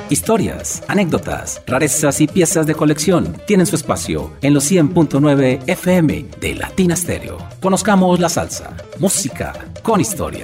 Historias, anécdotas, rarezas y piezas de colección tienen su espacio en los 100.9 FM de Latina Stereo. Conozcamos la salsa, música con historia.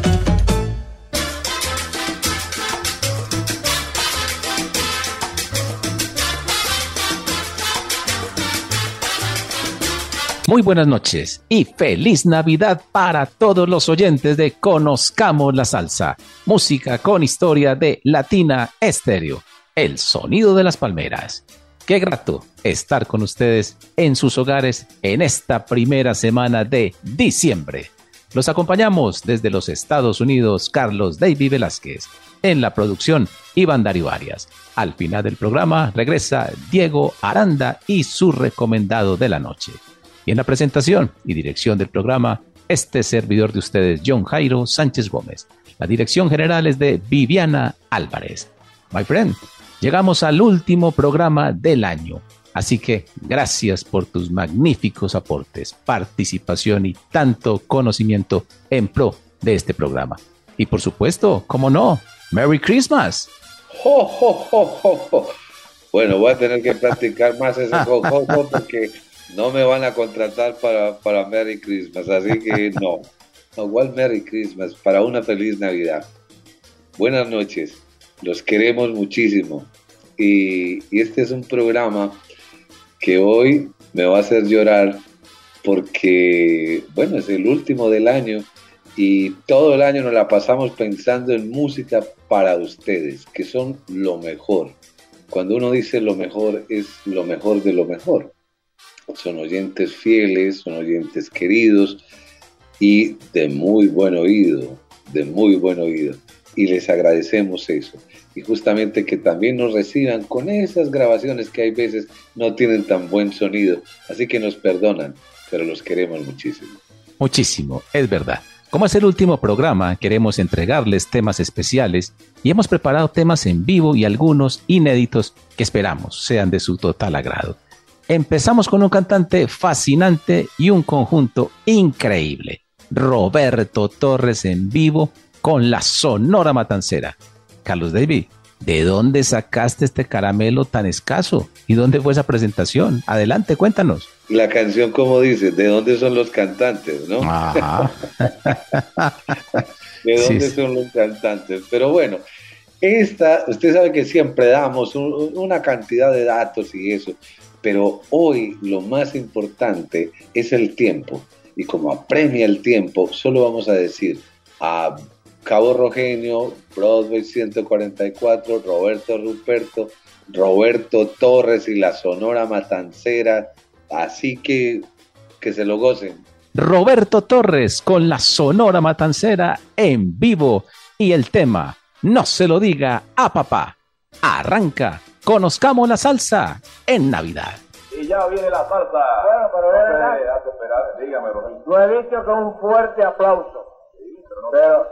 Muy buenas noches y feliz Navidad para todos los oyentes de Conozcamos la Salsa, música con historia de Latina Stereo, el sonido de las palmeras. Qué grato estar con ustedes en sus hogares en esta primera semana de diciembre. Los acompañamos desde los Estados Unidos, Carlos David Velázquez. En la producción, Iván Darío Arias. Al final del programa regresa Diego Aranda y su recomendado de la noche. Y en la presentación y dirección del programa, este servidor de ustedes, John Jairo Sánchez Gómez. La dirección general es de Viviana Álvarez. My friend, llegamos al último programa del año. Así que gracias por tus magníficos aportes, participación y tanto conocimiento en pro de este programa. Y por supuesto, ¿cómo no? ¡Merry Christmas! ¡Jo, jo, jo, jo, jo! Bueno, voy a tener que practicar más ese jo, jo, jo, porque no me van a contratar para Merry Christmas, así que no. Igual Merry Christmas, para una feliz Navidad. Buenas noches, los queremos muchísimo. Y este es un programa que hoy me va a hacer llorar porque, bueno, es el último del año y todo el año nos la pasamos pensando en música para ustedes, que son lo mejor. Cuando uno dice lo mejor, es lo mejor de lo mejor. Son oyentes fieles, son oyentes queridos y de muy buen oído, y les agradecemos eso. Y justamente que también nos reciban con esas grabaciones que hay veces no tienen tan buen sonido, así que nos perdonan, pero los queremos muchísimo. Muchísimo, es verdad. Como es el último programa, queremos entregarles temas especiales y hemos preparado temas en vivo y algunos inéditos que esperamos sean de su total agrado. Empezamos con un cantante fascinante y un conjunto increíble. Roberto Torres en vivo con la Sonora Matancera. Carlos David, ¿de dónde sacaste este caramelo tan escaso? ¿Y dónde fue esa presentación? Adelante, cuéntanos. La canción, como dice, ¿de dónde son los cantantes, no? Ajá. ¿De dónde son los cantantes? Pero bueno, usted sabe que siempre damos una cantidad de datos y eso, pero hoy lo más importante es el tiempo. Y como apremia el tiempo, solo vamos a decir a Cabo Rogenio, Broadway 144, Roberto Ruperto, Roberto Torres y la Sonora Matancera. Así que se lo gocen. Roberto Torres con la Sonora Matancera en vivo. Y el tema, no se lo diga a papá. Arranca. Conozcamos la salsa en Navidad. Y ya viene la salsa. Bueno, pero hace esperar, dígame, Rogelio. lo he dicho con un fuerte aplauso. Sí, pero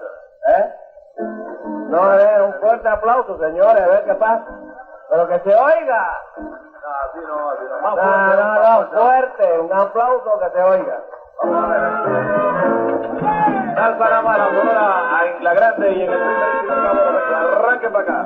No, un fuerte aplauso, señores, a ver qué pasa. Pero que se oiga. Así no. No, fuerte, un aplauso que se oiga. Vamos a ver. Salsa nada más, la Sonora a Isla Grande y en el primerísimo Cabo Rogelio. Arranque para acá.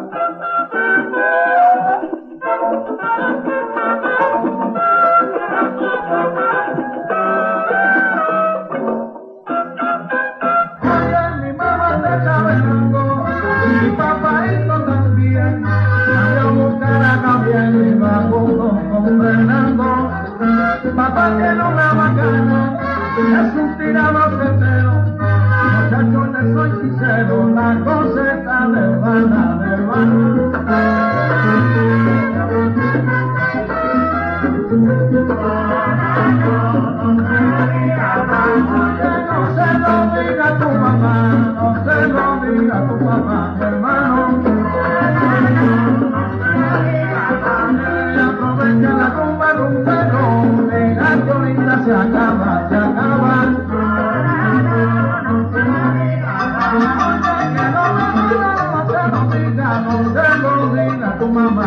Mi mamá te sabe algo, mi papaito también. Salió a buscar a Gabriel y va junto con Fernando. Papá tiene una bacana, es un tirado certero. Muchachos, te soy sincero, la cosa está de hermana. No se lo diga a tu mamá, no se lo diga a tu mamá, hermano. Y aprovecha la tumba rumbero, de gato linda se acaba. Que no se lo diga a tu mamá.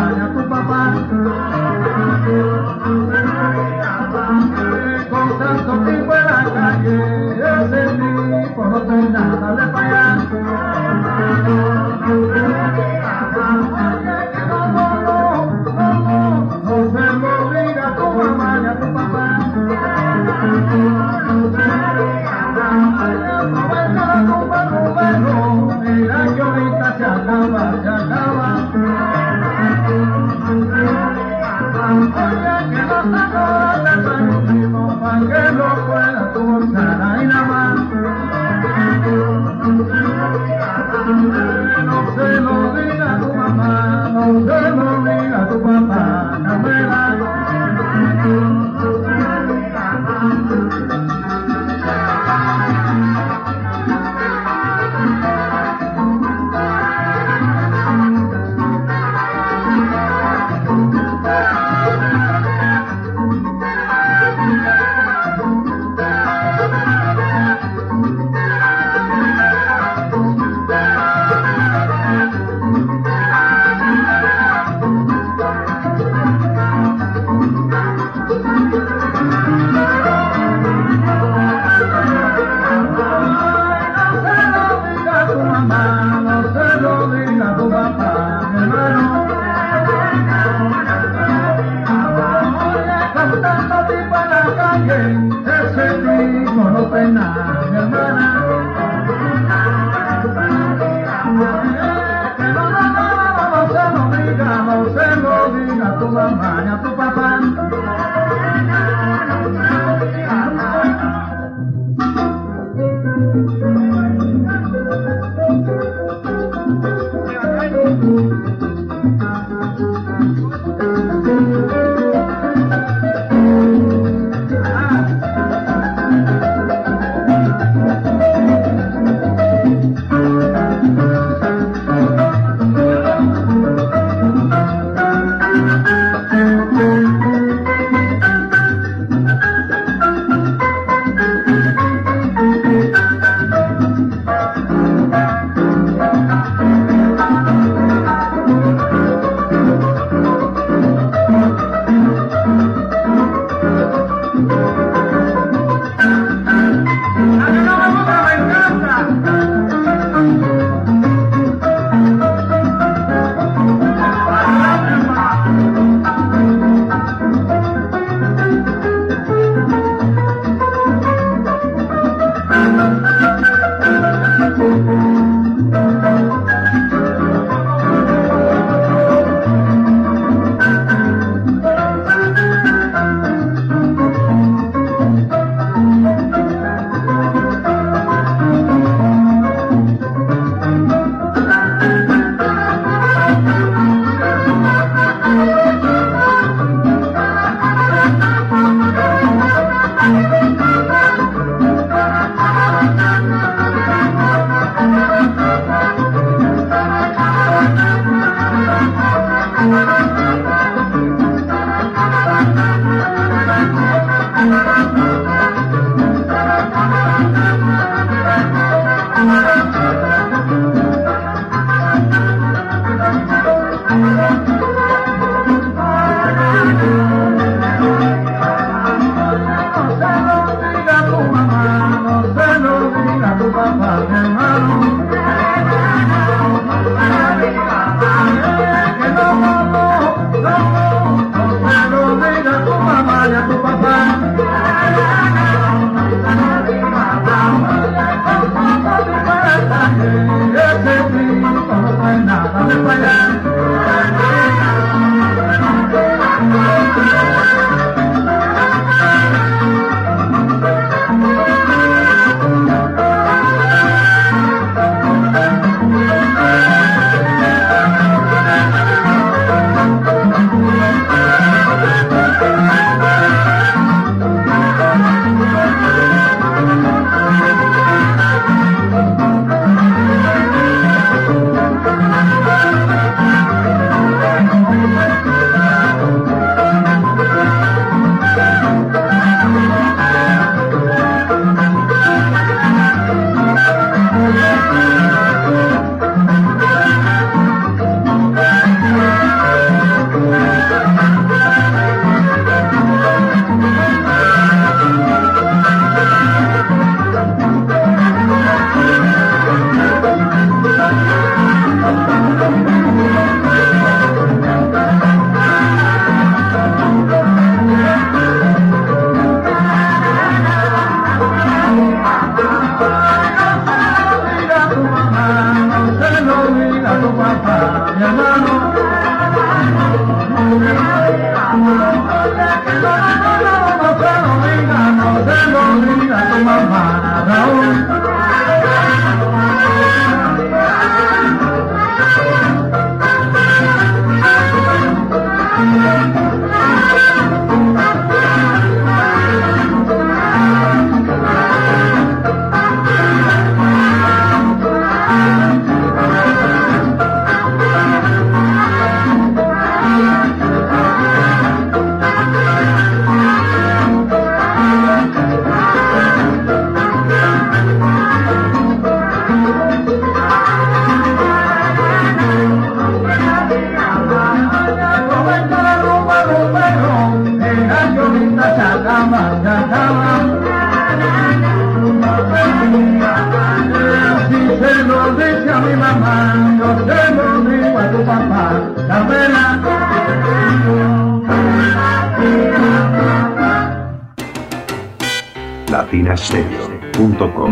latinastereo.com.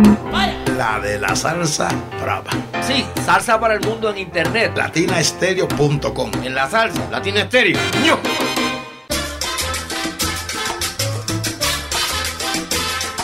La de la salsa brava. Sí, salsa para el mundo en internet. latinastereo.com. En la salsa, Latina Estéreo. ¡Ñu!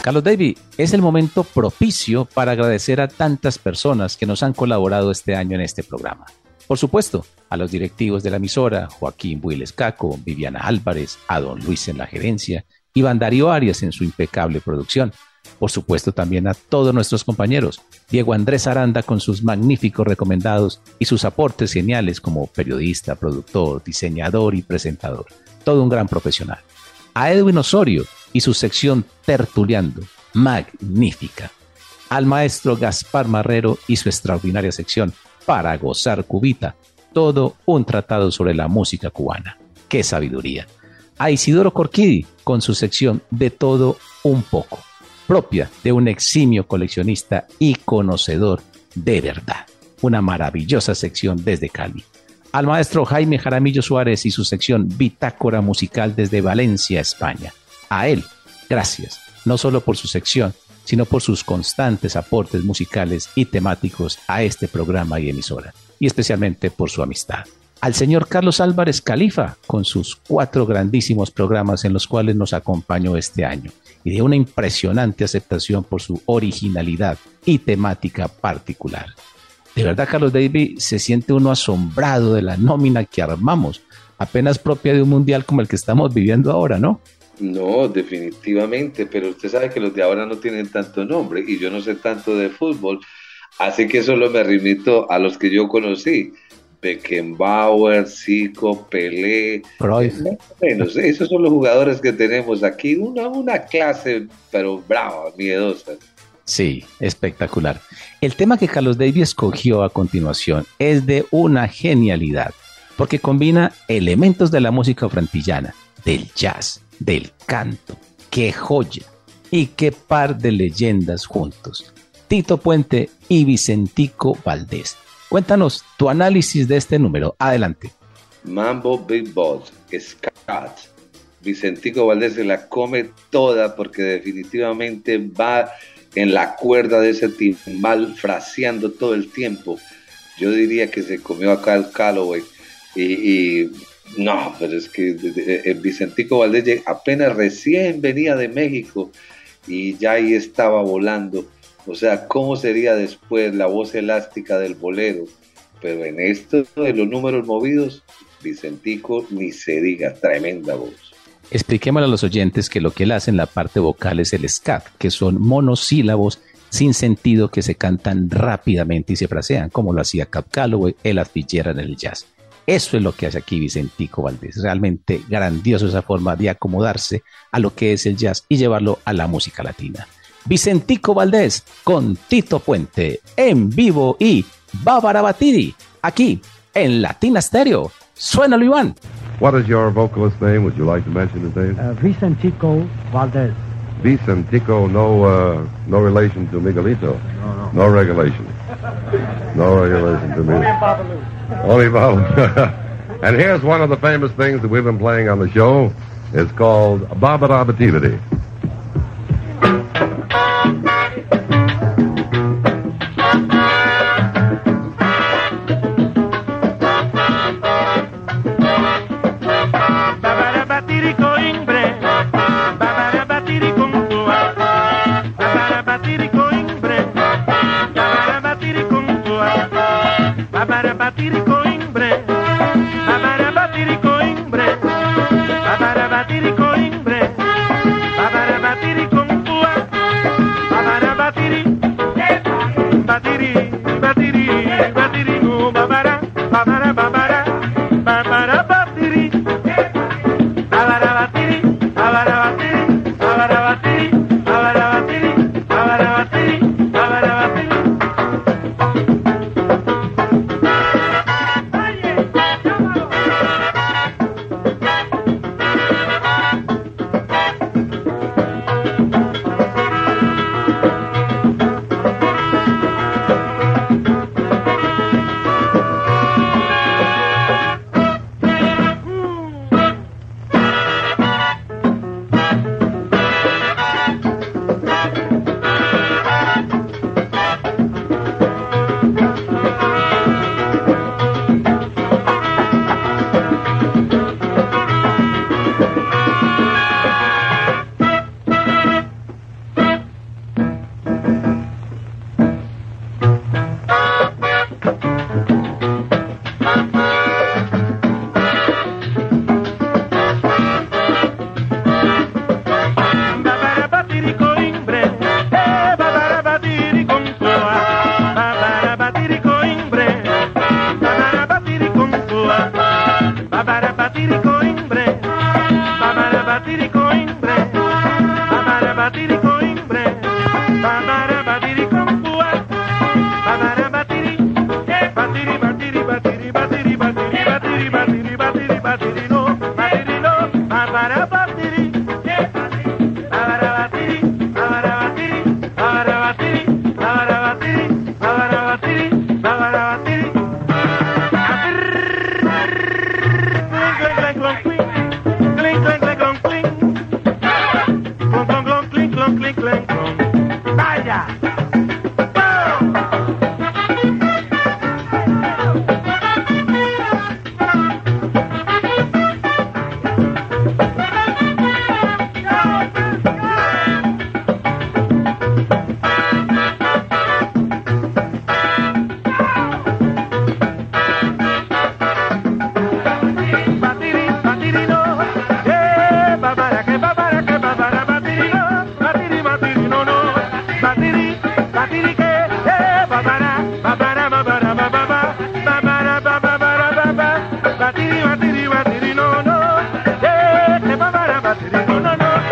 Carlos David, es el momento propicio para agradecer a tantas personas que nos han colaborado este año en este programa. Por supuesto, a los directivos de la emisora, Joaquín Builes Caco, Viviana Álvarez, a don Luis en la gerencia, Iván Darío Arias en su impecable producción. Por supuesto también a todos nuestros compañeros, Diego Andrés Aranda con sus magníficos recomendados y sus aportes geniales como periodista, productor, diseñador y presentador. Todo un gran profesional. A Edwin Osorio y su sección Tertuleando, magnífica. Al maestro Gaspar Marrero y su extraordinaria sección Para Gozar Cubita, todo un tratado sobre la música cubana. ¡Qué sabiduría! A Isidoro Corquidi con su sección De Todo Un Poco, propia de un eximio coleccionista y conocedor de verdad. Una maravillosa sección desde Cali. Al maestro Jaime Jaramillo Suárez y su sección Bitácora Musical desde Valencia, España. A él, gracias, no solo por su sección, sino por sus constantes aportes musicales y temáticos a este programa y emisora, y especialmente por su amistad. Al señor Carlos Álvarez Califa, con sus 4 grandísimos programas en los cuales nos acompañó este año, y de una impresionante aceptación por su originalidad y temática particular. De verdad, Carlos David, se siente uno asombrado de la nómina que armamos, apenas propia de un mundial como el que estamos viviendo ahora, ¿no? No, definitivamente, pero usted sabe que los de ahora no tienen tanto nombre y yo no sé tanto de fútbol, así que solo me remito a los que yo conocí. Beckenbauer, Zico, Pelé, Cruyff. Menos, esos son los jugadores que tenemos aquí, una clase, pero brava, miedosa. Sí, espectacular. El tema que Carlos David escogió a continuación es de una genialidad, porque combina elementos de la música frantillana, del jazz, del canto. ¡Qué joya! Y qué par de leyendas juntos. Tito Puente y Vicentico Valdés. Cuéntanos tu análisis de este número. Adelante. Mambo Big Boss, Scat. Vicentico Valdés se la come toda porque definitivamente va en la cuerda de ese timbal fraseando todo el tiempo. Yo diría que se comió acá el Calloway y no, pero es que Vicentico Valdés apenas recién venía de México y ya ahí estaba volando. O sea, ¿cómo sería después la voz elástica del bolero? Pero en esto de los números movidos, Vicentico ni se diga, tremenda voz. Expliquémosle a los oyentes que lo que él hace en la parte vocal es el scat, que son monosílabos sin sentido que se cantan rápidamente y se frasean, como lo hacía Cab Calloway, Ella Fitzgerald en el jazz. Eso es lo que hace aquí Vicentico Valdés. Realmente grandioso esa forma de acomodarse a lo que es el jazz y llevarlo a la música latina. Vicentico Valdés con Tito Puente en vivo y Bárbara Batiri aquí en Latina Stereo. Suénalo, Iván. What is your vocalist name? Would you like to mention his name? Vicentico Valdés. Vicentico, no relation to Miguelito. No regulation. No regulation to me. Only Babalu. And here's one of the famous things that we've been playing on the show. It's called Babarabativity. Babara batiri coimbre, batirique, babara, babara, babara, babara, babara, babara, babara, batiri, batiri, batiri, no, no, babara, batiri, no, no, no.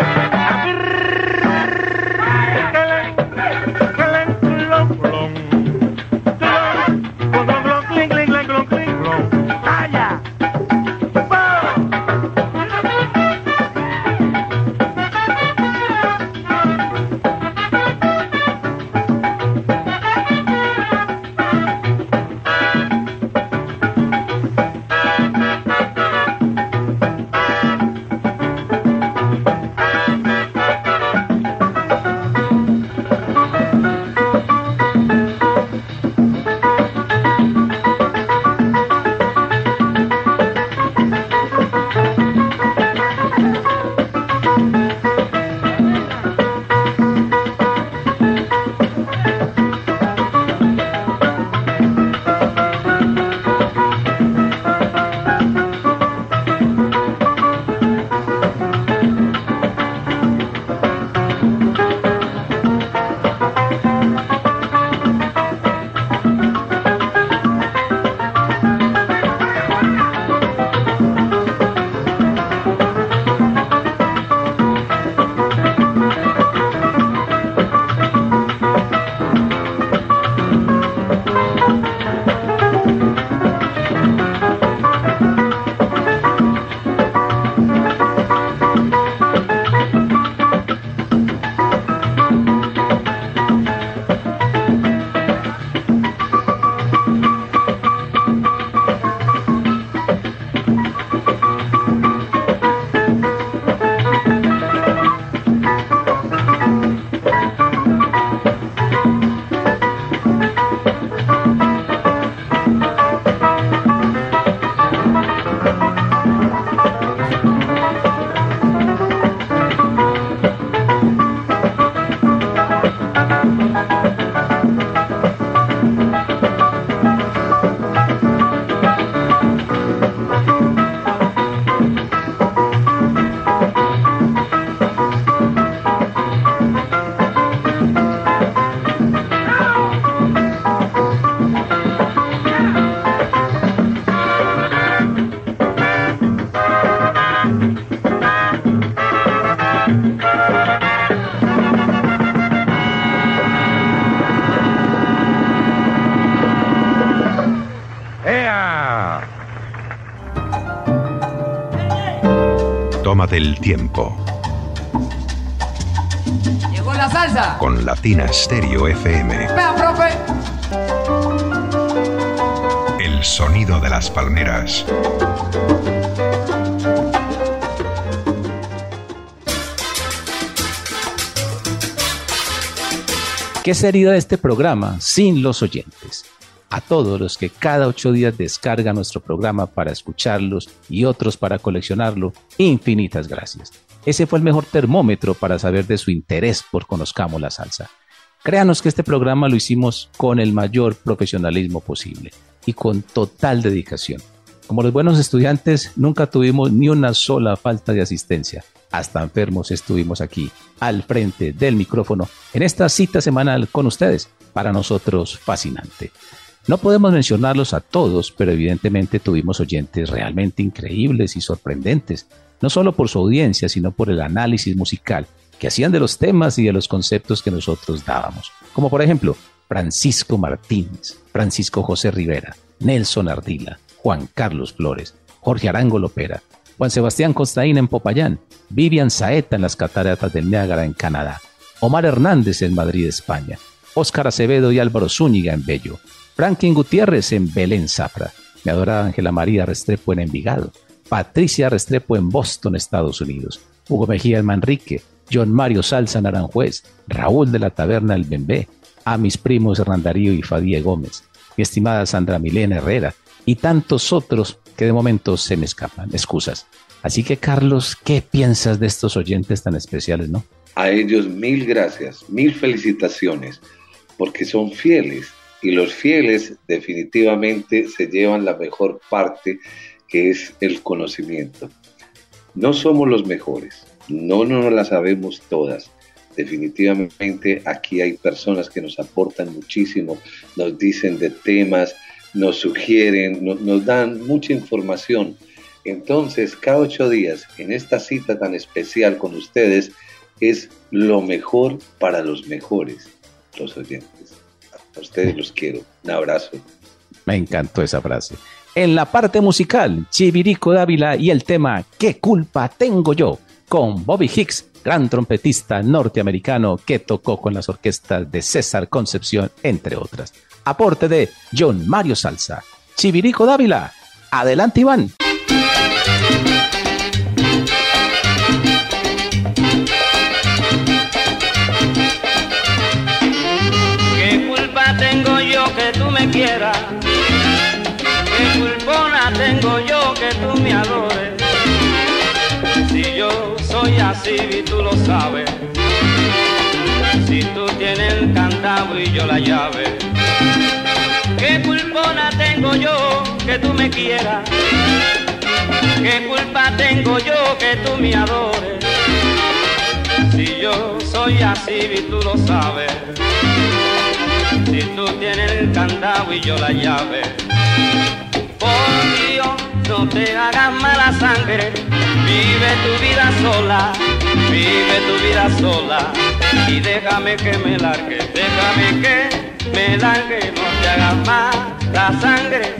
Tómate el tiempo. Llegó la salsa. Con Latina Stereo FM. Vea, profe. El sonido de las palmeras. ¿Qué sería de este programa sin los oyentes? A todos los que cada 8 días descargan nuestro programa para escucharlos y otros para coleccionarlo, infinitas gracias. Ese fue el mejor termómetro para saber de su interés por Conozcamos la Salsa. Créanos que este programa lo hicimos con el mayor profesionalismo posible y con total dedicación. Como los buenos estudiantes, nunca tuvimos ni una sola falta de asistencia. Hasta enfermos estuvimos aquí, al frente del micrófono, en esta cita semanal con ustedes. Para nosotros, fascinante. No podemos mencionarlos a todos, pero evidentemente tuvimos oyentes realmente increíbles y sorprendentes, no solo por su audiencia, sino por el análisis musical que hacían de los temas y de los conceptos que nosotros dábamos. Como por ejemplo, Francisco Martínez, Francisco José Rivera, Nelson Ardila, Juan Carlos Flores, Jorge Arango Lopera, Juan Sebastián Costaín en Popayán, Vivian Saeta en las Cataratas del Niágara en Canadá, Omar Hernández en Madrid, España, Óscar Acevedo y Álvaro Zúñiga en Bello, Franklin Gutiérrez en Belén, Zafra, mi adorada Ángela María Restrepo en Envigado, Patricia Restrepo en Boston, Estados Unidos, Hugo Mejía en Manrique, John Mario Salsa en Aranjuez, Raúl de la Taberna El Bembé, a mis primos Hernán Darío y Fadie Gómez, mi estimada Sandra Milena Herrera y tantos otros que de momento se me escapan, excusas. Así que Carlos, ¿qué piensas de estos oyentes tan especiales, no? A ellos 1000 gracias, 1000 felicitaciones, porque son fieles. Y los fieles definitivamente se llevan la mejor parte, que es el conocimiento. No somos los mejores, no la sabemos todas, definitivamente aquí hay personas que nos aportan muchísimo, nos dicen de temas, nos sugieren, nos dan mucha información. Entonces, cada 8 días, en esta cita tan especial con ustedes, es lo mejor para los mejores, los oyentes. A ustedes los quiero. Un abrazo. Me encantó esa frase. En la parte musical, Chivirico Dávila y el tema ¿Qué culpa tengo yo? Con Bobby Hicks, gran trompetista norteamericano que tocó con las orquestas de César Concepción, entre otras. Aporte de John Mario Salsa. Chivirico Dávila. Adelante, Iván. ¿Qué culpa tengo yo que tú me quieras? ¿Qué culpona tengo yo que tú me adores? Si yo soy así y tú lo sabes, si tú tienes el candado y yo la llave, ¿qué culpona tengo yo que tú me quieras? ¿Qué culpa tengo yo que tú me adores? Si yo soy así y tú lo sabes, si tú tienes el candado y yo la llave, por Dios, no te hagas mala sangre, vive tu vida sola, vive tu vida sola, y déjame que me largue, déjame que me largue, no te hagas mala sangre.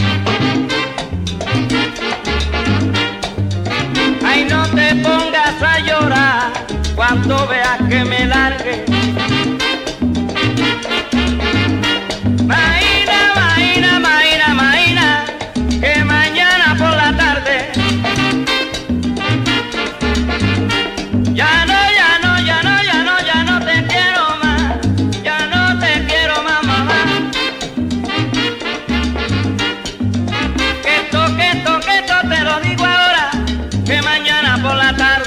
Ay, no te pongas a llorar cuando veas que me largue. Maína, maína, maína, maína, que mañana por la tarde ya no, ya no, ya no, ya no, ya no te quiero más, ya no te quiero más, mamá. Que esto te lo digo ahora, que mañana por la tarde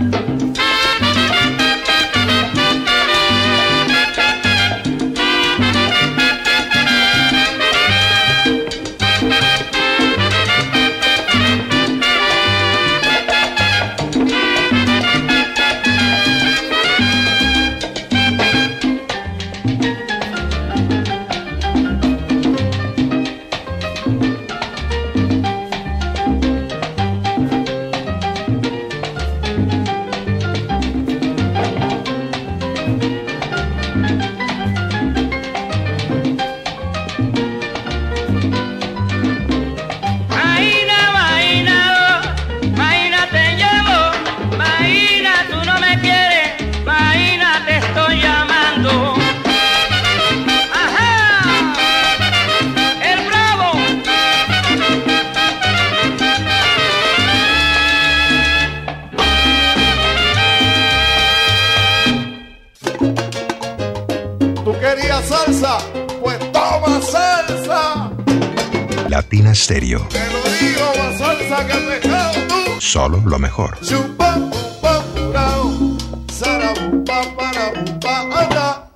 salsa, pues toma salsa. Latina Stereo. Te lo digo, más salsa que el pescado tú. Solo lo mejor. Chupa, pupa, purao, sarabupa, parabupa, anda.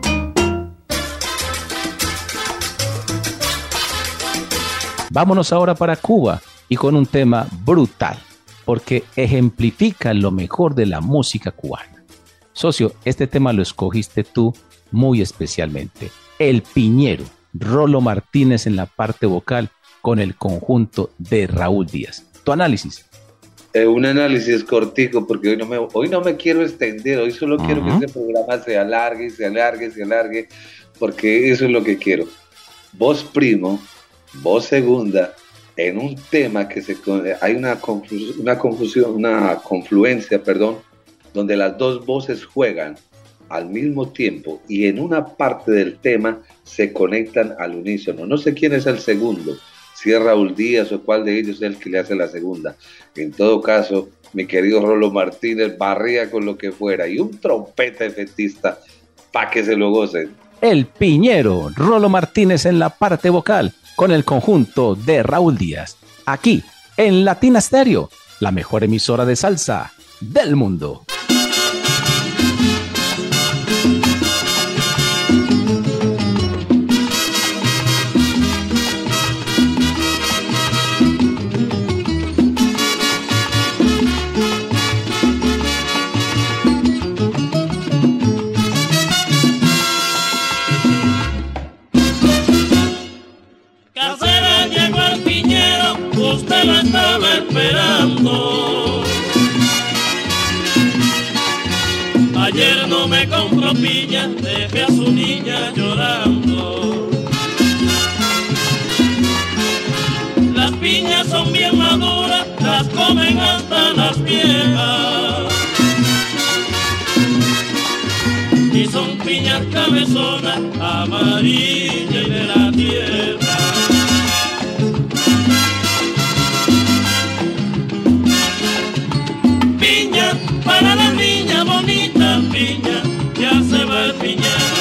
Vámonos ahora para Cuba y con un tema brutal, porque ejemplifica lo mejor de la música cubana. Socio, este tema lo escogiste tú muy especialmente. El Piñero, Rolo Martínez en la parte vocal con el conjunto de Raúl Díaz. ¿Tu análisis? Un análisis cortico, porque hoy no me quiero extender, hoy solo quiero que este programa se alargue, se alargue, se alargue, porque eso es lo que quiero. Voz primo, voz segunda, en un tema que hay una confluencia, donde las dos voces juegan al mismo tiempo y en una parte del tema se conectan al unísono. No sé quién es el segundo, si es Raúl Díaz o cuál de ellos es el que le hace la segunda. En todo caso, mi querido Rolo Martínez barría con lo que fuera y un trompeta efectista para que se lo gocen. El Piñero, Rolo Martínez en la parte vocal con el conjunto de Raúl Díaz. Aquí, en Latina Stereo, la mejor emisora de salsa del mundo. cabezona amarilla y de la tierra. Piña para la niña bonita, piña, ya se va el piñero.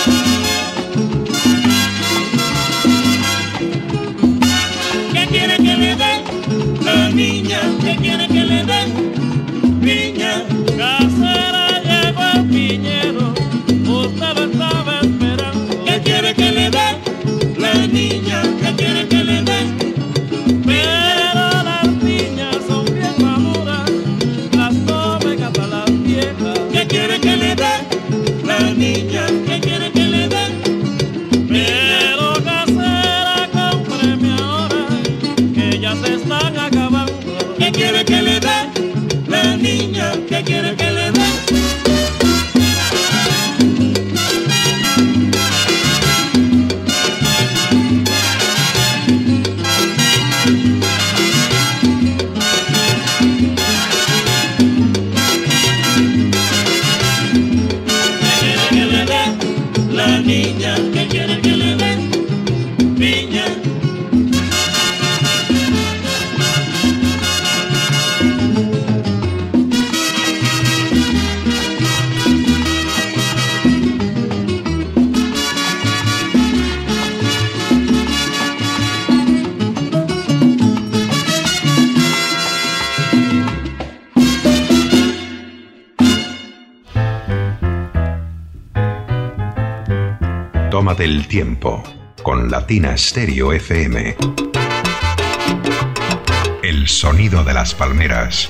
¿Qué quiere que le dé la niña? ¿Qué quiere que le dé? Piña, casera llegó el piñero, usted estaba esperando. ¿Qué quiere que le dé la niña? ¿Qué quiere que le dé? Pero las niñas son bien maduras, las joven hasta las viejas. ¿Qué quiere que le dé la niña? ¿Qué quiere que le dé? Pero casera, cómpreme ahora, que ya se están acabando. ¿Qué quiere que le dé la niña? ¿Qué quiere que le dé? La niña, ¿qué quiere que le dé? Piña. Tómate el tiempo con Latina Stereo FM. El sonido de las palmeras.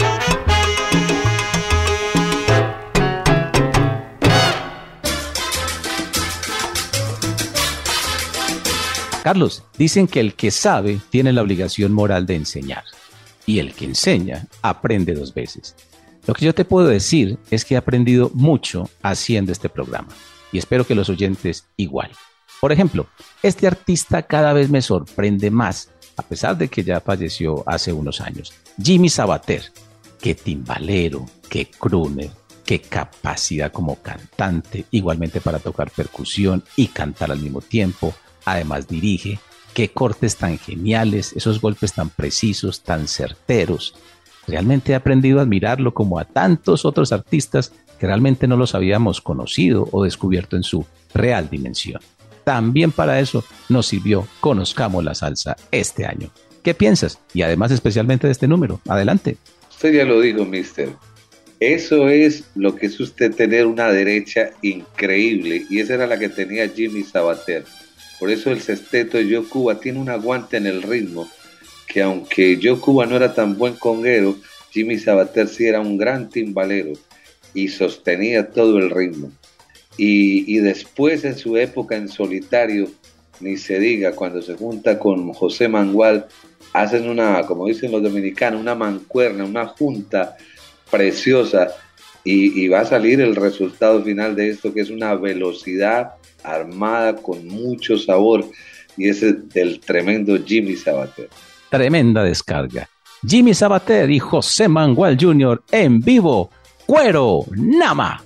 Carlos, dicen que el que sabe tiene la obligación moral de enseñar y el que enseña aprende 2 veces. Lo que yo te puedo decir es que he aprendido mucho haciendo este programa. Y espero que los oyentes igual. Por ejemplo, este artista cada vez me sorprende más, a pesar de que ya falleció hace unos años. Jimmy Sabater. Qué timbalero, qué crooner, qué capacidad como cantante, igualmente para tocar percusión y cantar al mismo tiempo. Además dirige. Qué cortes tan geniales, esos golpes tan precisos, tan certeros. Realmente he aprendido a admirarlo como a tantos otros artistas que realmente no los habíamos conocido o descubierto en su real dimensión. También para eso nos sirvió Conozcamos la Salsa este año. ¿Qué piensas? Y además especialmente de este número. Adelante. Usted ya lo dijo, mister. Eso es lo que es usted tener una derecha increíble, y esa era la que tenía Jimmy Sabater. Por eso el sexteto de Joe Cuba tiene un aguante en el ritmo, que aunque Joe Cuba no era tan buen conguero, Jimmy Sabater sí era un gran timbalero y sostenía todo el ritmo. Y después en su época en solitario, ni se diga, cuando se junta con José Mangual, hacen una, como dicen los dominicanos, una mancuerna, una junta preciosa, y va a salir el resultado final de esto, que es una velocidad armada con mucho sabor, y ese del tremendo Jimmy Sabater. Tremenda descarga. Jimmy Sabater y José Mangual Jr. en vivo. Cuero Nama.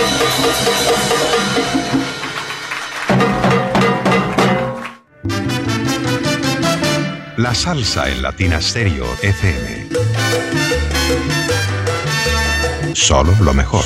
La salsa en Latina Stereo FM. Solo lo mejor.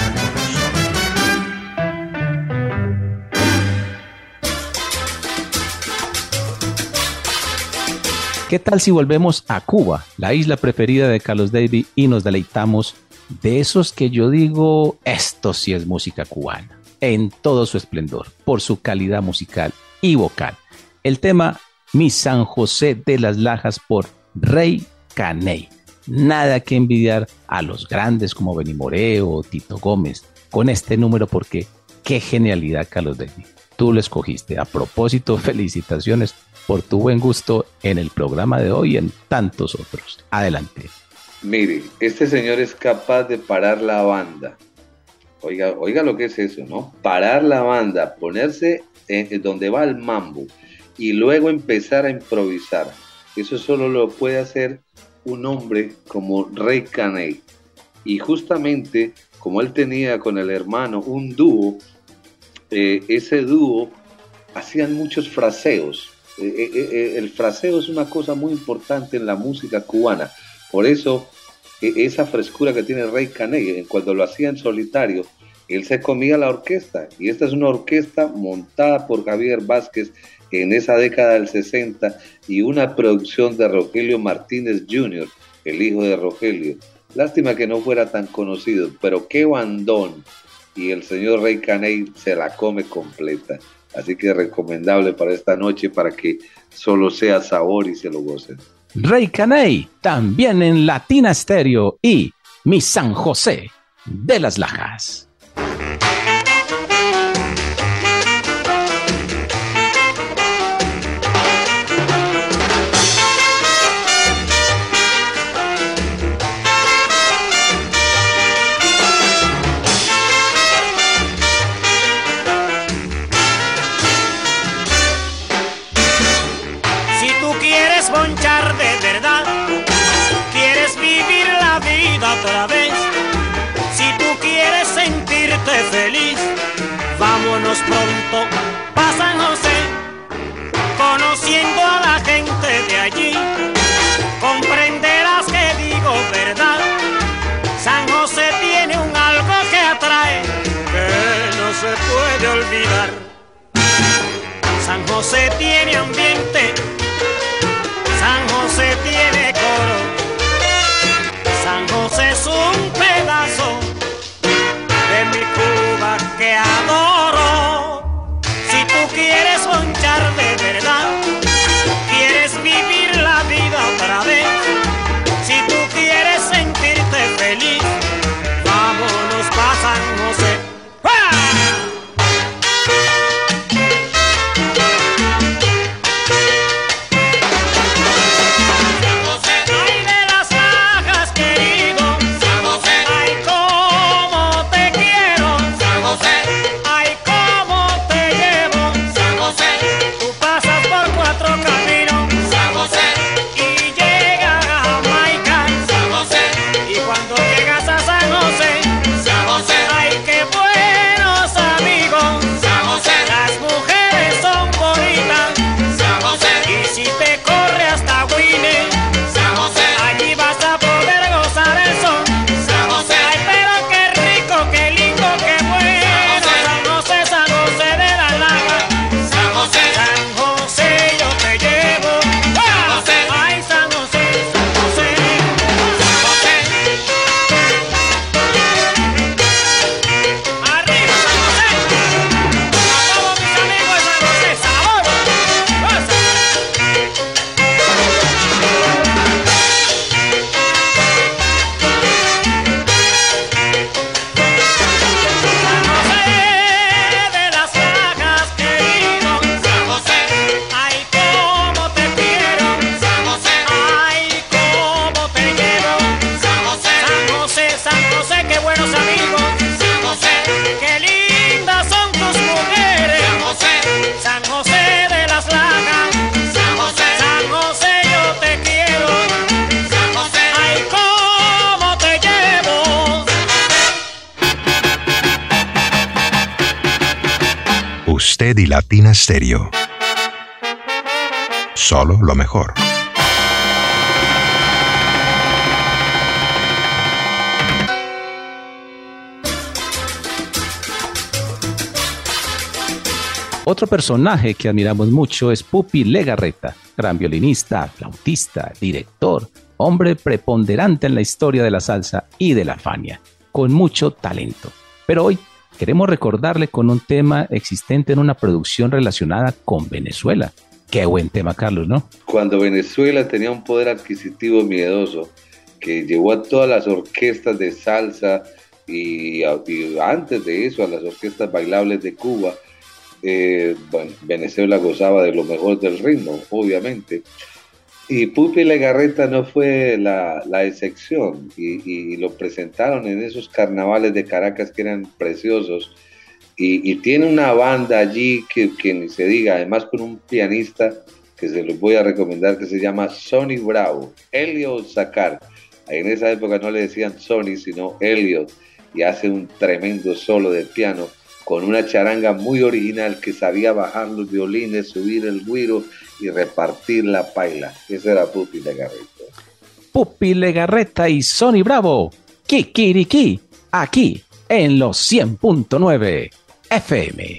¿Qué tal si volvemos a Cuba, la isla preferida de Carlos David, y nos deleitamos de esos que yo digo, esto sí es música cubana, en todo su esplendor, por su calidad musical y vocal? El tema Mi San José de las Lajas por Rey Caney. Nada que envidiar a los grandes como Benny Moreo o Tito Gómez con este número, porque qué genialidad, Carlos David. Tú lo escogiste. A propósito, felicitaciones por tu buen gusto en el programa de hoy y en tantos otros. Adelante. Mire, este señor es capaz de parar la banda. Oiga lo que es eso, ¿no? Parar la banda, ponerse donde va el mambo y luego empezar a improvisar. Eso solo lo puede hacer un hombre como Rey Caney. Y justamente como él tenía con el hermano un dúo, ese dúo hacían muchos fraseos. El fraseo es una cosa muy importante en la música cubana. Por eso esa frescura que tiene Rey Caney, cuando lo hacía en solitario, él se comía la orquesta. Y esta es una orquesta montada por Javier Vázquez en esa década del 60 y una producción de Rogelio Martínez Jr., el hijo de Rogelio. Lástima que no fuera tan conocido, pero qué bandón. Y el señor Rey Caney se la come completa. Así que recomendable para esta noche, para que solo sea sabor y se lo gocen. Rey Caney, también en Latina Stereo y Mi San José de las Lajas. Otra vez, si tú quieres sentirte feliz, vámonos pronto pa' San José, conociendo a la gente de allí, comprenderás que digo verdad. San José tiene un algo que atrae, que no se puede olvidar. San José tiene ambiente, San José tiene coro, San José es un pedazo de mi Cuba que adoro. Si tú quieres bonchar de verdad, quieres vivir la vida otra vez, si tú quieres sentirte feliz, vámonos pa' San José. Ay, qué bueno. Usted y Latina Stereo. Solo lo mejor. Otro personaje que admiramos mucho es Pupi Legarreta, gran violinista, flautista, director, hombre preponderante en la historia de la salsa y de la Fania, con mucho talento. Pero hoy queremos recordarle con un tema existente en una producción relacionada con Venezuela. Qué buen tema, Carlos, ¿no? Cuando Venezuela tenía un poder adquisitivo miedoso que llevó a todas las orquestas de salsa y antes de eso a las orquestas bailables de Cuba. Bueno, Venezuela gozaba de lo mejor del ritmo, obviamente. Y Pupi Legarreta no fue la excepción. Y lo presentaron en esos carnavales de Caracas que eran preciosos. Y tiene una banda allí que ni se diga, además con un pianista que se los voy a recomendar que se llama Sonny Bravo, Elliot Zacar. En esa época no le decían Sonny, sino Elliot. Y hace un tremendo solo de piano, con una charanga muy original que sabía bajar los violines, subir el güiro y repartir la paila. Ese era Pupi Legarreta. Pupi Legarreta y Sonny Bravo, Kikiriki, aquí en los 100.9 FM.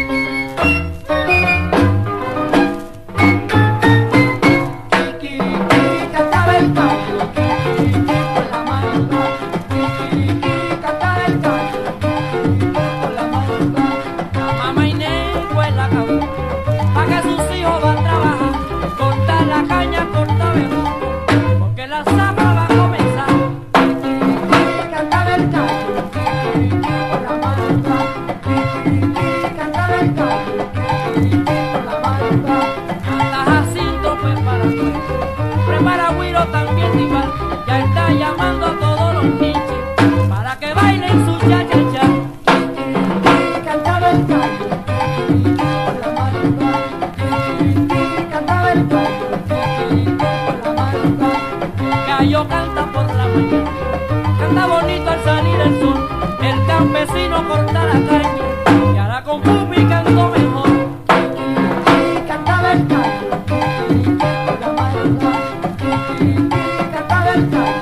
Llamando a todos los niches para que bailen su cha-cha-cha. Cantaba el gallo por la madrugada, cantaba el gallo por la madrugada. Gallo canta por la mañana, canta bonito al salir el sol. El campesino corta la caña y ahora con Pupi cantó mejor. Cantaba el gallo por la madrugada, cantaba el gallo.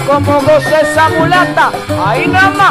como goza esa mulata, ahí nada más.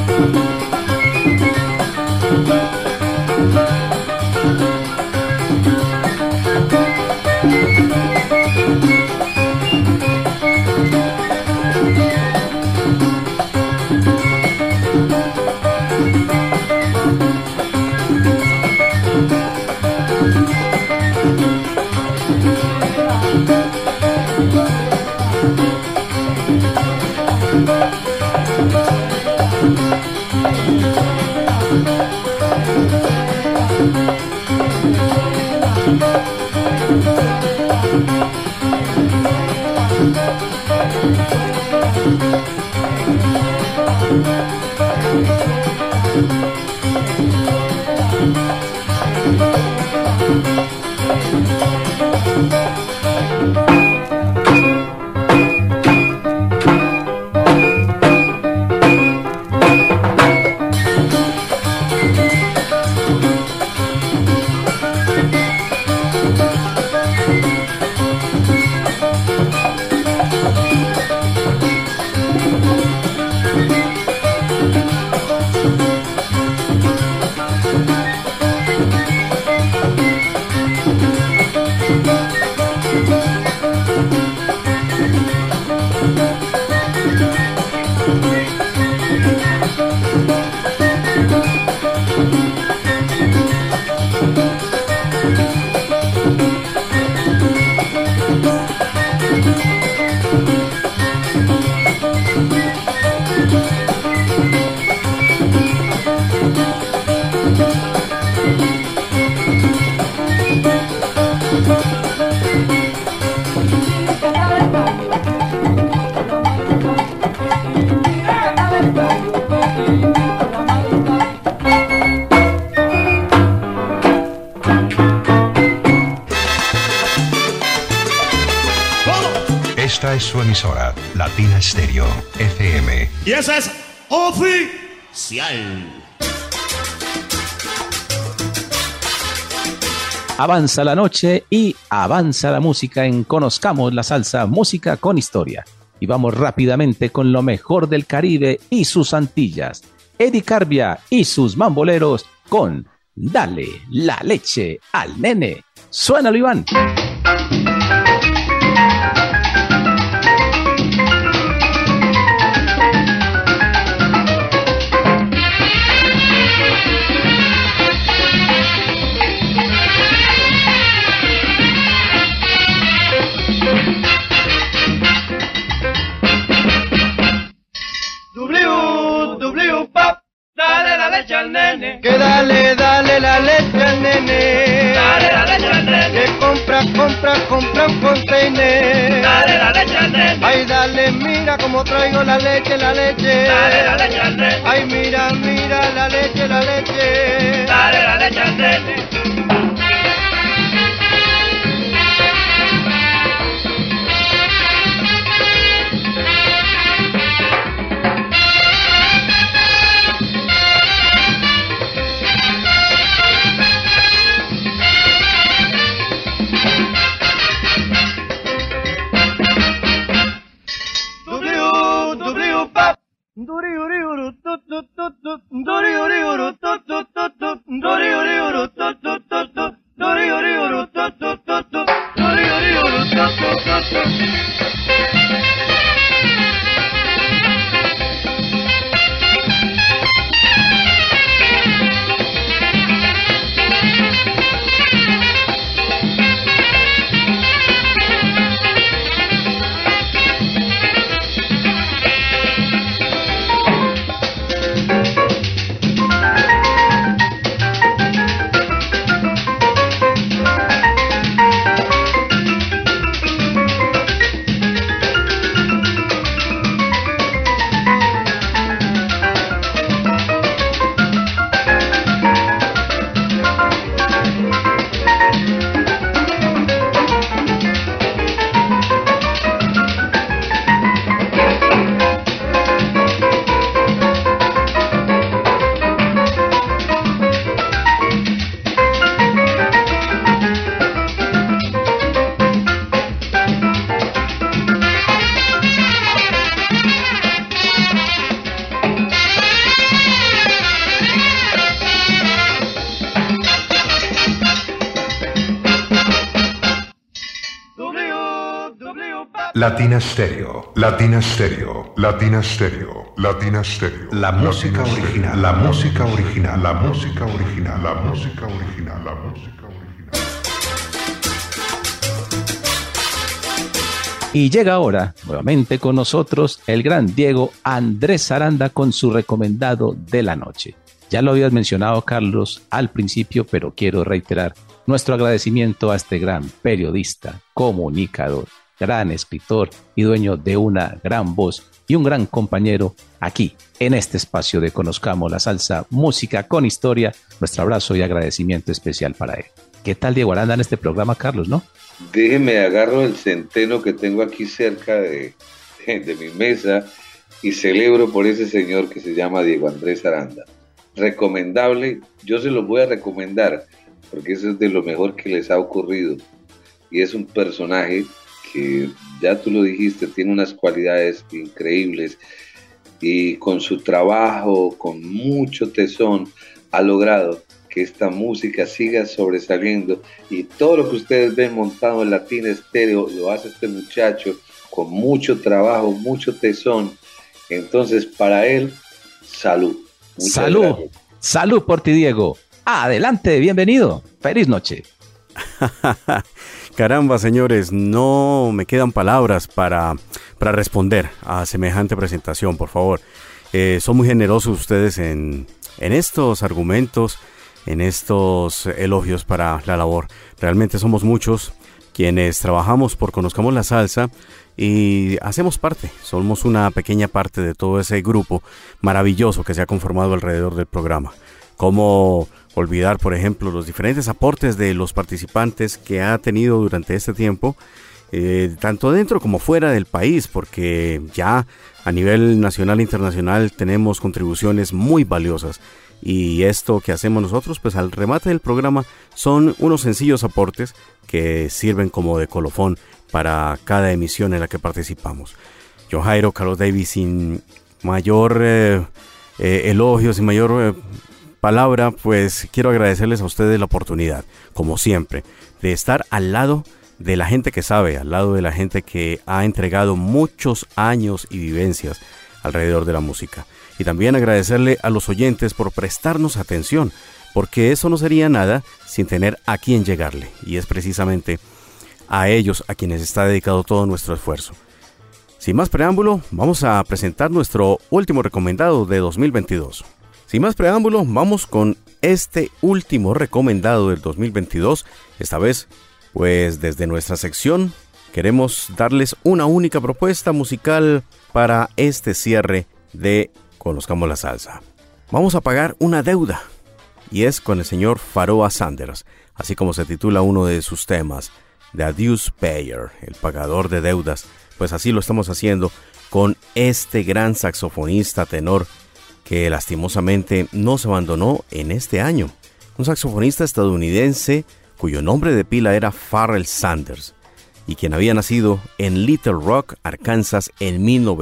Esta es su emisora, Latina Stereo, FM. Y esa es oficial. Avanza la noche y avanza la música en Conozcamos la Salsa, música con historia. Y vamos rápidamente con lo mejor del Caribe y sus Antillas. Eddie Carbia y sus mamboleros con Dale la leche al nene. Suénalo, Iván. Dale la leche al nene. Que dale la leche al nene. Dale la leche al nene. Que compra un container. Dale la leche al nene. Ay, dale, mira como traigo la leche. Dale la leche al nene. Ay, mira, la leche. Dale la leche al nene. Latina Stereo, Latina Stereo, Latina Stereo, Latina Stereo. La música original, la música original, la música original, la música original, la música original. Y llega ahora, nuevamente con nosotros, el gran Diego Andrés Aranda con su recomendado de la noche. Ya lo habías mencionado, Carlos, al principio, pero quiero reiterar nuestro agradecimiento a este gran periodista, comunicador, gran escritor y dueño de una gran voz y un gran compañero aquí, en este espacio de Conozcamos la Salsa, música con historia. Nuestro abrazo y agradecimiento especial para él. ¿Qué tal, Diego Aranda, en este programa, Carlos, no? Déjeme agarro el centeno que tengo aquí cerca de mi mesa y celebro por ese señor que se llama Diego Andrés Aranda. Recomendable, yo se los voy a recomendar porque eso es de lo mejor que les ha ocurrido y es un personaje que, ya tú lo dijiste, tiene unas cualidades increíbles y con su trabajo, con mucho tesón, ha logrado que esta música siga sobresaliendo y todo lo que ustedes ven montado en Latina Stereo lo hace este muchacho con mucho trabajo, mucho tesón. Entonces, para él, salud. Salud, gracias. Salud por ti, Diego. Adelante, bienvenido. Feliz noche. Caramba, señores, no me quedan palabras para responder a semejante presentación, por favor. Son muy generosos ustedes en estos argumentos, en estos elogios para la labor. Realmente somos muchos quienes trabajamos por Conozcamos la Salsa y hacemos parte, somos una pequeña parte de todo ese grupo maravilloso que se ha conformado alrededor del programa. ¿Cómo olvidar, por ejemplo, los diferentes aportes de los participantes que ha tenido durante este tiempo, tanto dentro como fuera del país, porque ya a nivel nacional e internacional tenemos contribuciones muy valiosas. Y esto que hacemos nosotros, pues al remate del programa, son unos sencillos aportes que sirven como de colofón para cada emisión en la que participamos. Yo, Jairo, Carlos Davis, sin mayor elogio, sin mayor palabra, pues quiero agradecerles a ustedes la oportunidad, como siempre, de estar al lado de la gente que sabe, al lado de la gente que ha entregado muchos años y vivencias alrededor de la música. Y también agradecerle a los oyentes por prestarnos atención, porque eso no sería nada sin tener a quien llegarle. Y es precisamente a ellos a quienes está dedicado todo nuestro esfuerzo. Sin más preámbulo, vamos a presentar nuestro último recomendado de 2022. Sin más preámbulo, vamos con este último recomendado del 2022. Esta vez, pues desde nuestra sección, queremos darles una única propuesta musical para este cierre de Conozcamos la Salsa. Vamos a pagar una deuda, y es con el señor Pharoah Sanders, así como se titula uno de sus temas, The Dues Payer, el pagador de deudas. Pues así lo estamos haciendo con este gran saxofonista tenor que lastimosamente nos abandonó en este año. Un saxofonista estadounidense cuyo nombre de pila era Pharrell Sanders y quien había nacido en Little Rock, Arkansas en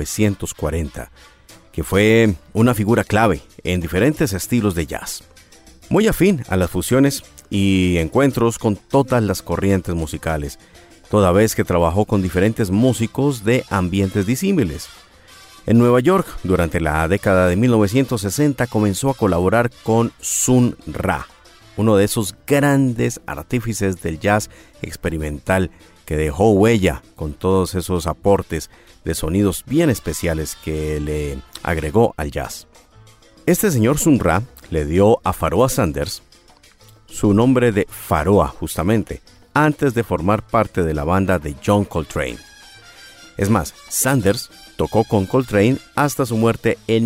1940. Que fue una figura clave en diferentes estilos de jazz, muy afín a las fusiones y encuentros con todas las corrientes musicales, toda vez que trabajó con diferentes músicos de ambientes disímiles. En Nueva York, durante la década de 1960, comenzó a colaborar con Sun Ra, uno de esos grandes artífices del jazz experimental que dejó huella con todos esos aportes de sonidos bien especiales que le agregó al jazz. Este señor Sun Ra le dio a Pharoah Sanders su nombre de Pharoah justamente, antes de formar parte de la banda de John Coltrane. Es más, Sanders tocó con Coltrane hasta su muerte en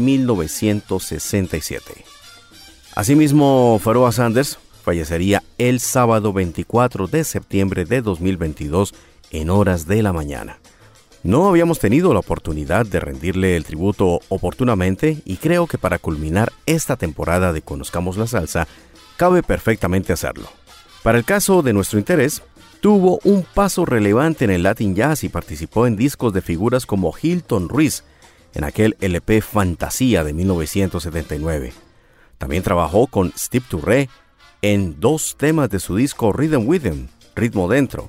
1967. Asimismo, Pharoah Sanders fallecería el sábado 24 de septiembre de 2022 en horas de la mañana. No habíamos tenido la oportunidad de rendirle el tributo oportunamente y creo que para culminar esta temporada de Conozcamos la Salsa, cabe perfectamente hacerlo. Para el caso de nuestro interés, tuvo un paso relevante en el Latin Jazz y participó en discos de figuras como Hilton Ruiz, en aquel LP Fantasía de 1979. También trabajó con Steve Turre en 2 temas de su disco Rhythm With Him, Ritmo Dentro,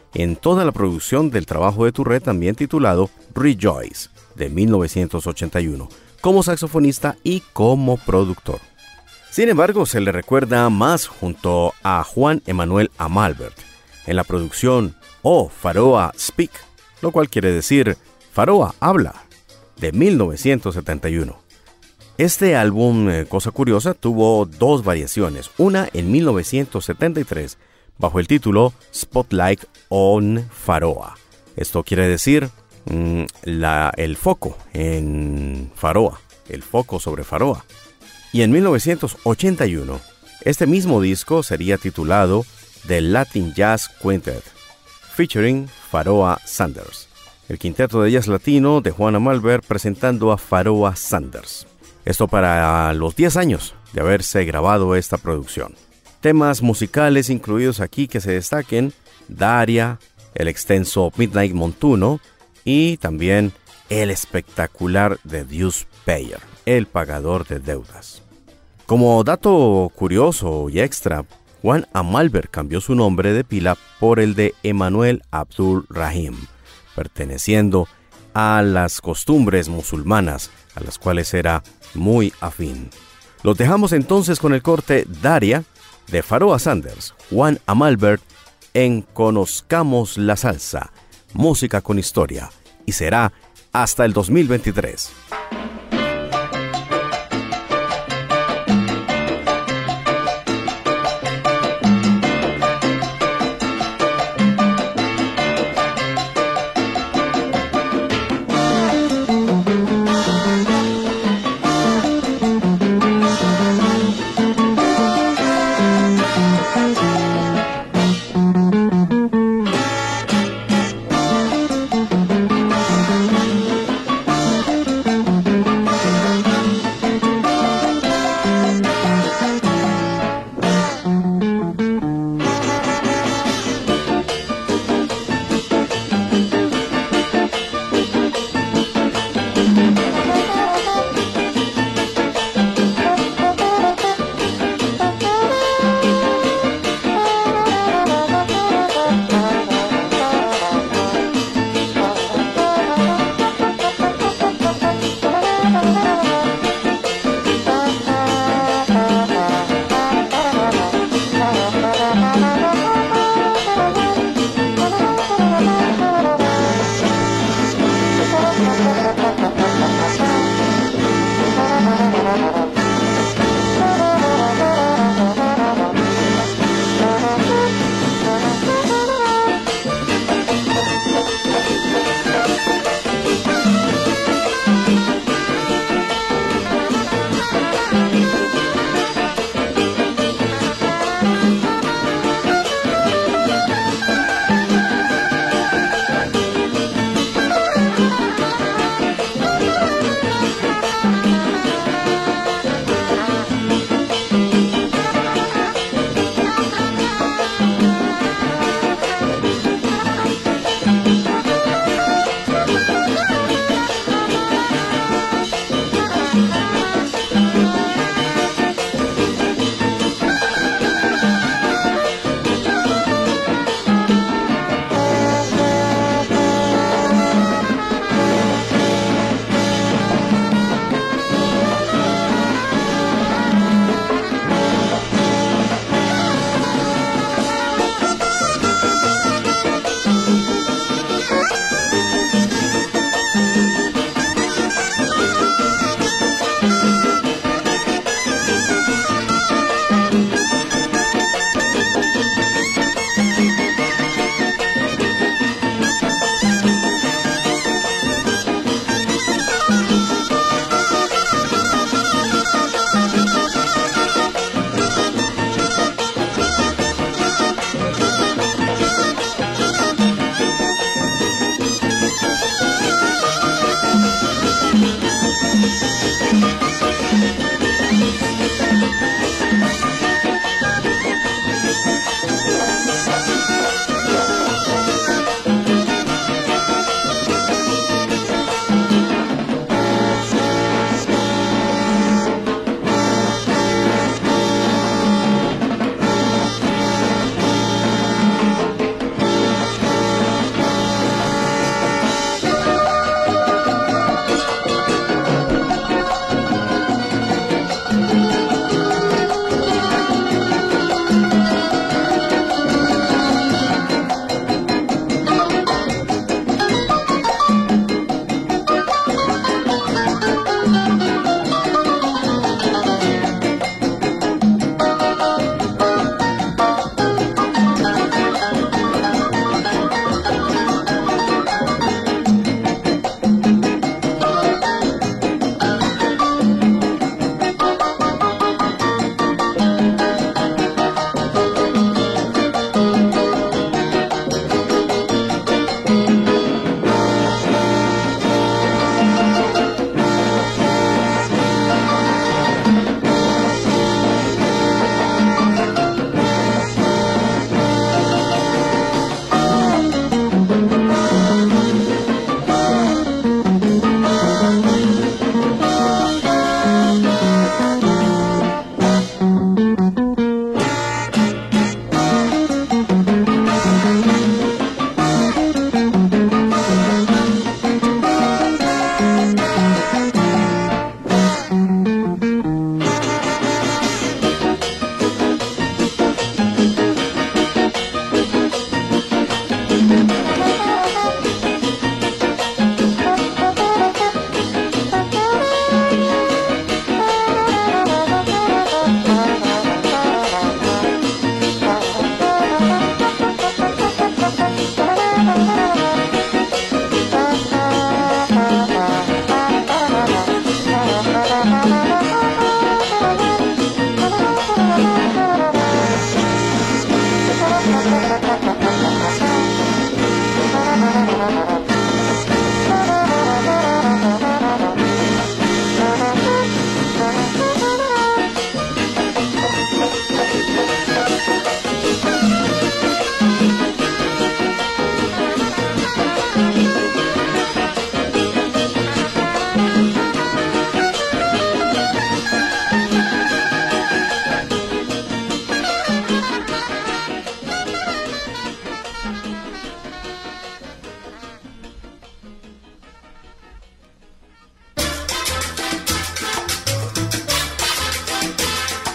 en toda la producción del trabajo de Touré también titulado Rejoice, de 1981, como saxofonista y como productor. Sin embargo, se le recuerda más junto a Juan Emanuel Amalbert en la producción Oh Pharoah Speak, lo cual quiere decir Pharoah habla, de 1971. Este álbum, cosa curiosa, tuvo dos variaciones, una en 1973 bajo el título Spotlight on Pharoah. Esto quiere decir el foco en Pharoah, el foco sobre Pharoah. Y en 1981, este mismo disco sería titulado The Latin Jazz Quintet, featuring Pharoah Sanders, el quinteto de jazz latino de Juan Amalbert presentando a Pharoah Sanders. Esto para los 10 años de haberse grabado esta producción. Temas musicales incluidos aquí que se destaquen: Daria, el extenso Midnight Montuno y también el espectacular The Dues Payer, el pagador de deudas. Como dato curioso y extra, Juan Amalbert cambió su nombre de pila por el de Emanuel Abdul Rahim, perteneciendo a las costumbres musulmanas, a las cuales era muy afín. Los dejamos entonces con el corte Daria de Pharoah Sanders, Juan Amalbert, en Conozcamos la Salsa, música con historia, y será hasta el 2023.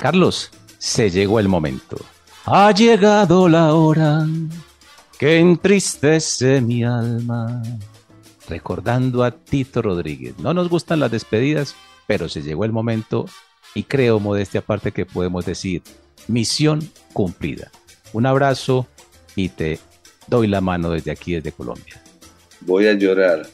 Carlos, se llegó el momento. Ha llegado la hora que entristece mi alma. Recordando a Tito Rodríguez. No nos gustan las despedidas, pero se llegó el momento y creo, modestia aparte, que podemos decir misión cumplida. Un abrazo y te doy la mano desde aquí, desde Colombia. Voy a llorar.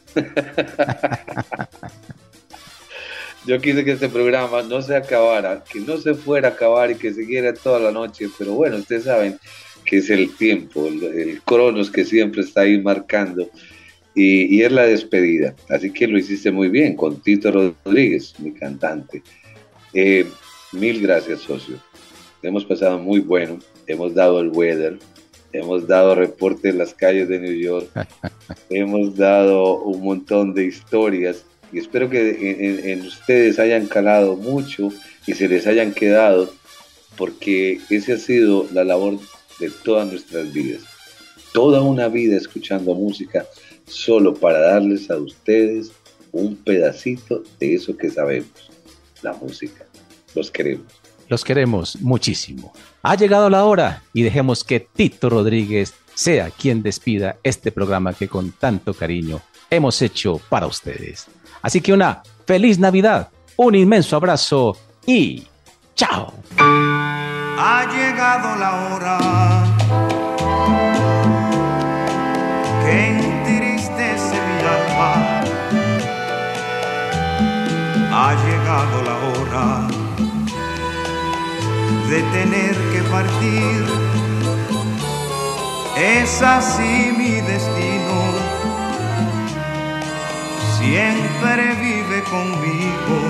Yo quise que este programa no se acabara, que no se fuera a acabar y que siguiera toda la noche, pero bueno, ustedes saben que es el tiempo, el cronos que siempre está ahí marcando, y es la despedida. Así que lo hiciste muy bien con Tito Rodríguez, mi cantante. Mil gracias, socio. Hemos pasado muy bueno, hemos dado el weather, hemos dado reporte en las calles de New York, hemos dado un montón de historias y espero que en ustedes hayan calado mucho y se les hayan quedado, porque esa ha sido la labor de todas nuestras vidas. Toda una vida escuchando música solo para darles a ustedes un pedacito de eso que sabemos, la música. Los queremos. Los queremos muchísimo. Ha llegado la hora y dejemos que Tito Rodríguez sea quien despida este programa que con tanto cariño hemos hecho para ustedes. Así que una feliz Navidad, un inmenso abrazo y ¡chao! Ha llegado la hora que entristece mi alma. Ha llegado la hora de tener que partir. Es así mi destino, siempre vive conmigo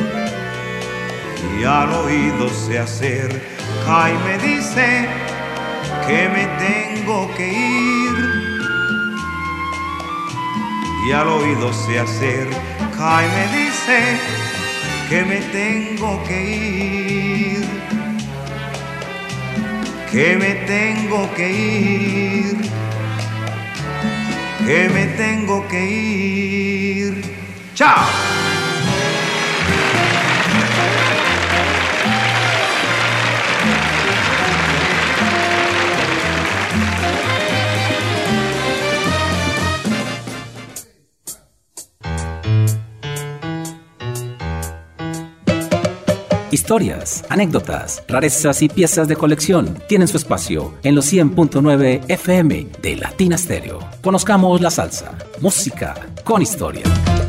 y al oído se acerca y me dice que me tengo que ir. Y al oído se acerca y me dice que me tengo que ir. Que me tengo que ir, que me tengo que ir. ¡Chao! Historias, anécdotas, rarezas y piezas de colección tienen su espacio en los 100.9 FM de Latina Stereo. Conozcamos la salsa, música con historia.